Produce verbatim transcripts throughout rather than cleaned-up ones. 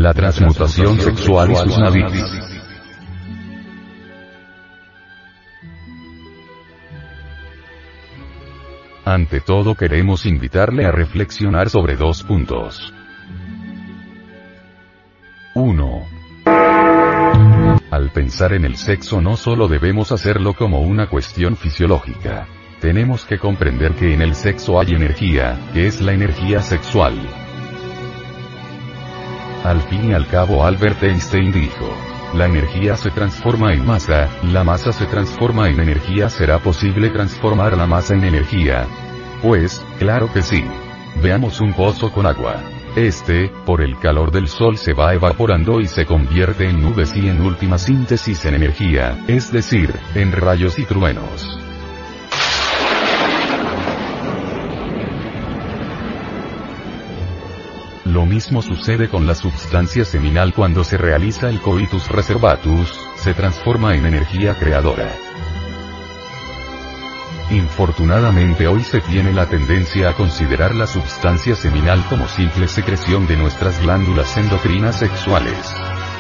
La transmutación sexual y sus navíos. Ante todo queremos invitarle a reflexionar sobre dos puntos. uno. Al pensar en el sexo no solo debemos hacerlo como una cuestión fisiológica. Tenemos que comprender que en el sexo hay energía, que es la energía sexual. Al fin y al cabo Albert Einstein dijo: la energía se transforma en masa, la masa se transforma en energía. ¿Será posible transformar la masa en energía? Pues, claro que sí. Veamos un pozo con agua. Este, por el calor del sol se va evaporando y se convierte en nubes y en última síntesis en energía, es decir, en rayos y truenos. Lo mismo sucede con la substancia seminal cuando se realiza el coitus reservatus, se transforma en energía creadora. Infortunadamente hoy se tiene la tendencia a considerar la substancia seminal como simple secreción de nuestras glándulas endocrinas sexuales,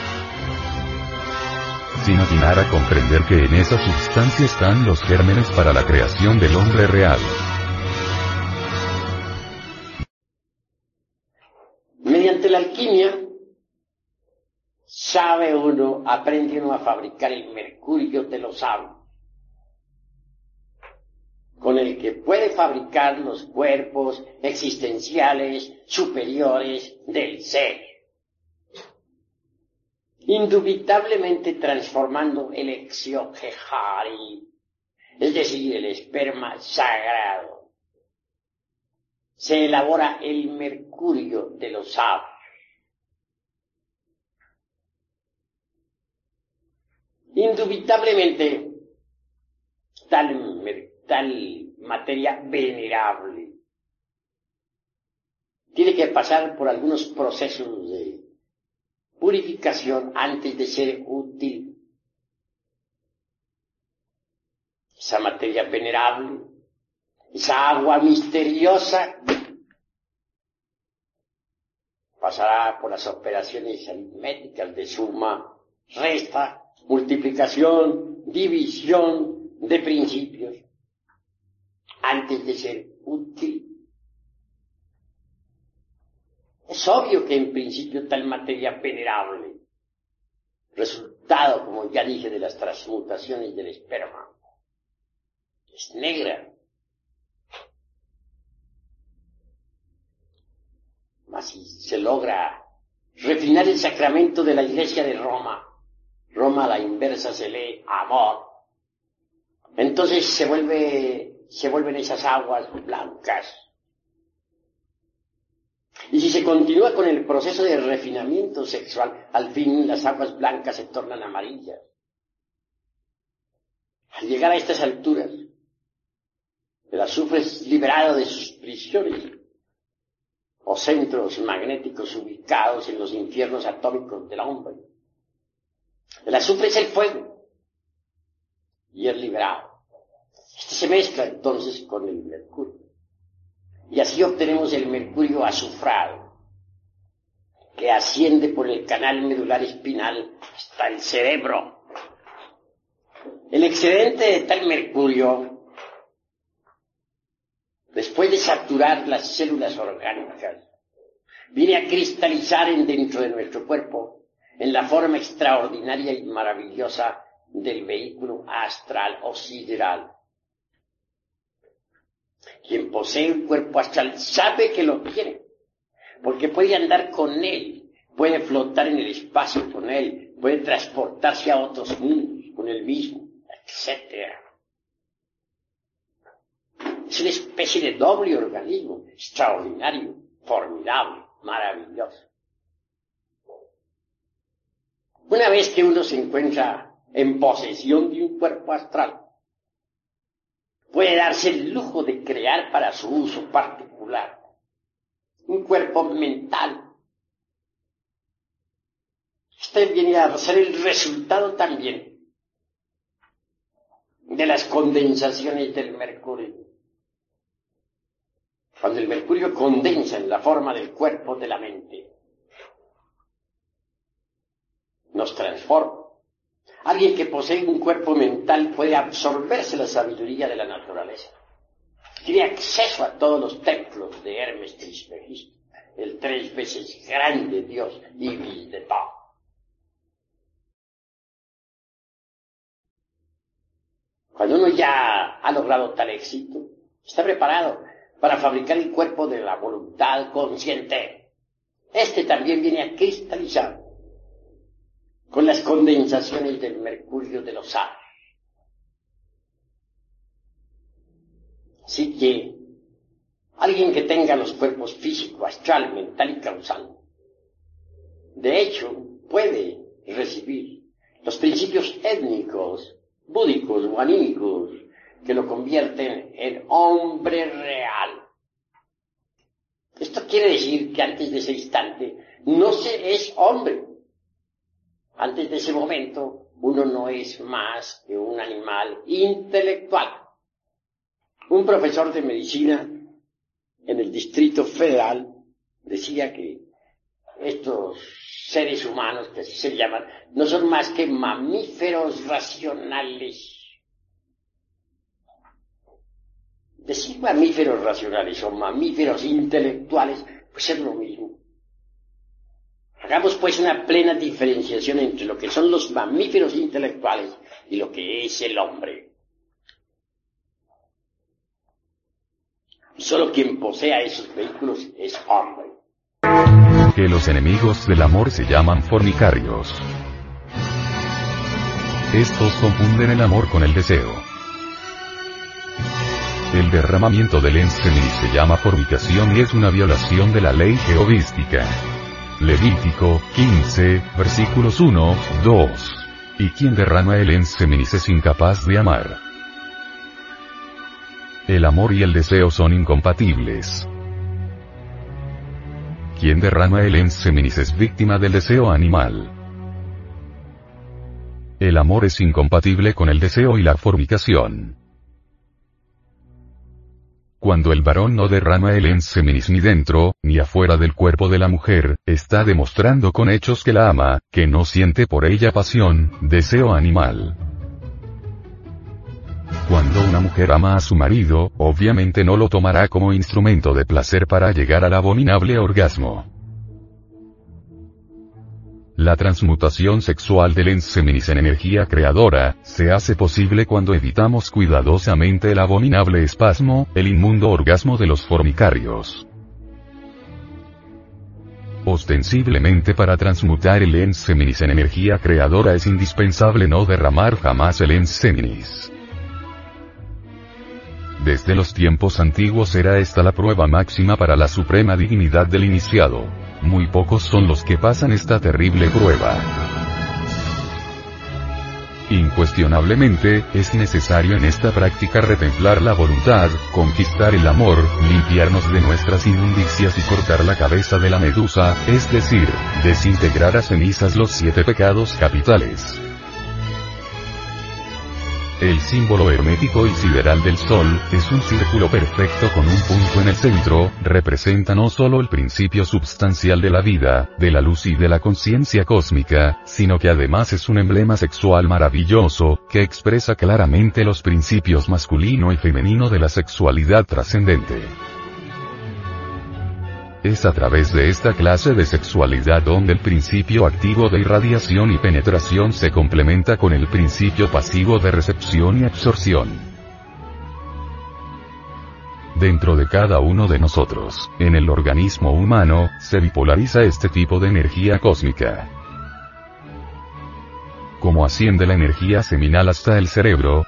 sin atinar a comprender que en esa sustancia están los gérmenes para la creación del hombre real. Mediante la alquimia, sabe uno, aprende uno a fabricar el mercurio de los sabios, con el que puede fabricar los cuerpos existenciales superiores del ser, indubitablemente transformando el exioquejari, es decir, el esperma sagrado. Se elabora el mercurio de los sabios. Indubitablemente, tal mercurio, tal materia venerable tiene que pasar por algunos procesos de purificación antes de ser útil. Esa materia venerable, esa agua misteriosa, pasará por las operaciones aritméticas de suma, resta, multiplicación, división de principios, antes de ser útil. Es obvio que en principio tal materia venerable, resultado, como ya dije, de las transmutaciones del esperma, es negra. Mas si se logra refinar el sacramento de la Iglesia de Roma, Roma a la inversa se lee amor, entonces se vuelve se vuelven esas aguas blancas. Y si se continúa con el proceso de refinamiento sexual, al fin las aguas blancas se tornan amarillas. Al llegar a estas alturas, el azufre es liberado de sus prisiones o centros magnéticos ubicados en los infiernos atómicos del hombre. El azufre es el fuego y es liberado. Este se mezcla entonces con el mercurio. Y así obtenemos el mercurio azufrado, que asciende por el canal medular espinal hasta el cerebro. El excedente de tal mercurio, después de saturar las células orgánicas, viene a cristalizar en dentro de nuestro cuerpo en la forma extraordinaria y maravillosa del vehículo astral o sideral. Quien posee un cuerpo astral sabe que lo tiene, porque puede andar con él, puede flotar en el espacio con él, puede transportarse a otros mundos con él mismo, etcétera. Es una especie de doble organismo, extraordinario, formidable, maravilloso. Una vez que uno se encuentra en posesión de un cuerpo astral, puede darse el lujo de crear para su uso particular un cuerpo mental. Este viene a ser el resultado también de las condensaciones del mercurio. Cuando el mercurio condensa en la forma del cuerpo de la mente, nos transforma. Alguien que posee un cuerpo mental puede absorberse la sabiduría de la naturaleza. Tiene acceso a todos los templos de Hermes Trismegisto, el tres veces grande dios Ibis de todo. Cuando uno ya ha logrado tal éxito, está preparado para fabricar el cuerpo de la voluntad consciente. Este también viene a cristalizar con las condensaciones del mercurio de los aros. Así que alguien que tenga los cuerpos físico, astral, mental y causal, de hecho, puede recibir los principios étnicos, búdicos o anímicos que lo convierten en hombre real. Esto quiere decir que antes de ese instante no se es hombre. Antes de ese momento uno no es más que un animal intelectual. Un profesor de medicina en el Distrito Federal decía que estos seres humanos, que así se llaman, no son más que mamíferos racionales. Decir mamíferos racionales o mamíferos intelectuales, pues es lo mismo. Hagamos pues una plena diferenciación entre lo que son los mamíferos intelectuales y lo que es el hombre. Solo quien posea esos vehículos es hombre. Que los enemigos del amor se llaman fornicarios. Estos confunden el amor con el deseo. El derramamiento del ensemen se llama fornicación y es una violación de la ley jehovística. Levítico quince, versículos uno, dos. Y quien derrama el ensemenis es incapaz de amar. El amor y el deseo son incompatibles. Quien derrama el ensemenis es víctima del deseo animal. El amor es incompatible con el deseo y la fornicación. Cuando el varón no derrama el ensemenis ni dentro, ni afuera del cuerpo de la mujer, está demostrando con hechos que la ama, que no siente por ella pasión, deseo animal. Cuando una mujer ama a su marido, obviamente no lo tomará como instrumento de placer para llegar al abominable orgasmo. La transmutación sexual del ensemenis en energía creadora, se hace posible cuando evitamos cuidadosamente el abominable espasmo, el inmundo orgasmo de los fornicarios. Ostensiblemente para transmutar el ensemenis en energía creadora es indispensable no derramar jamás el ensemenis. Desde los tiempos antiguos era esta la prueba máxima para la suprema dignidad del iniciado. Muy pocos son los que pasan esta terrible prueba. Incuestionablemente, es necesario en esta práctica retemplar la voluntad, conquistar el amor, limpiarnos de nuestras inmundicias y cortar la cabeza de la medusa, es decir, desintegrar a cenizas los siete pecados capitales. El símbolo hermético y sideral del Sol, es un círculo perfecto con un punto en el centro, representa no solo el principio substancial de la vida, de la luz y de la conciencia cósmica, sino que además es un emblema sexual maravilloso, que expresa claramente los principios masculino y femenino de la sexualidad trascendente. Es a través de esta clase de sexualidad donde el principio activo de irradiación y penetración se complementa con el principio pasivo de recepción y absorción. Dentro de cada uno de nosotros, en el organismo humano, se bipolariza este tipo de energía cósmica. Como asciende la energía seminal hasta el cerebro,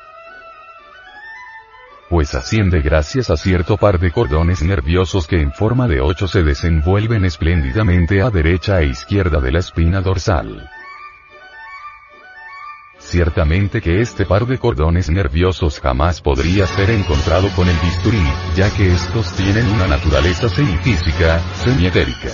pues asciende gracias a cierto par de cordones nerviosos que en forma de ocho se desenvuelven espléndidamente a derecha e izquierda de la espina dorsal. Ciertamente que este par de cordones nerviosos jamás podría ser encontrado con el bisturí, ya que estos tienen una naturaleza semifísica, semietérica.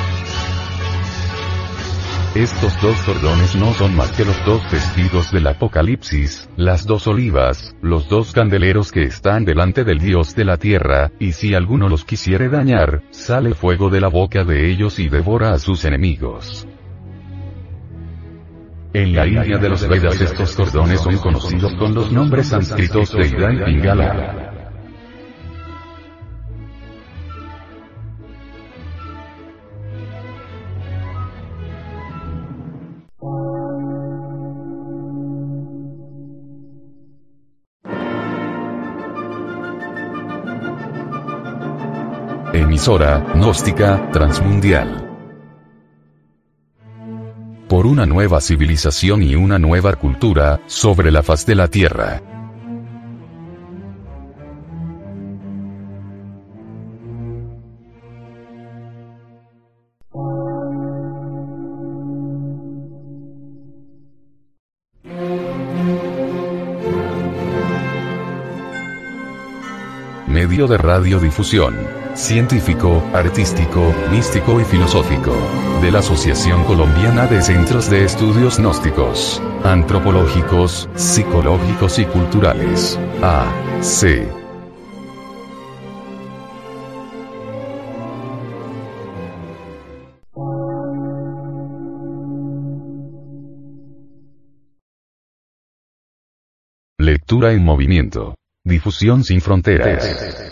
Estos dos cordones no son más que los dos testigos del Apocalipsis, las dos olivas, los dos candeleros que están delante del Dios de la tierra, y si alguno los quisiere dañar, sale fuego de la boca de ellos y devora a sus enemigos. En la India de los Vedas estos cordones son conocidos con los nombres sánscritos de Ida y Pingala. Emisora gnóstica transmundial. Por una nueva civilización y una nueva cultura sobre la faz de la Tierra. Medio de radiodifusión, científico, artístico, místico y filosófico, de la Asociación Colombiana de Centros de Estudios Gnósticos, Antropológicos, Psicológicos y Culturales, A C Lectura en movimiento. Difusión sin fronteras.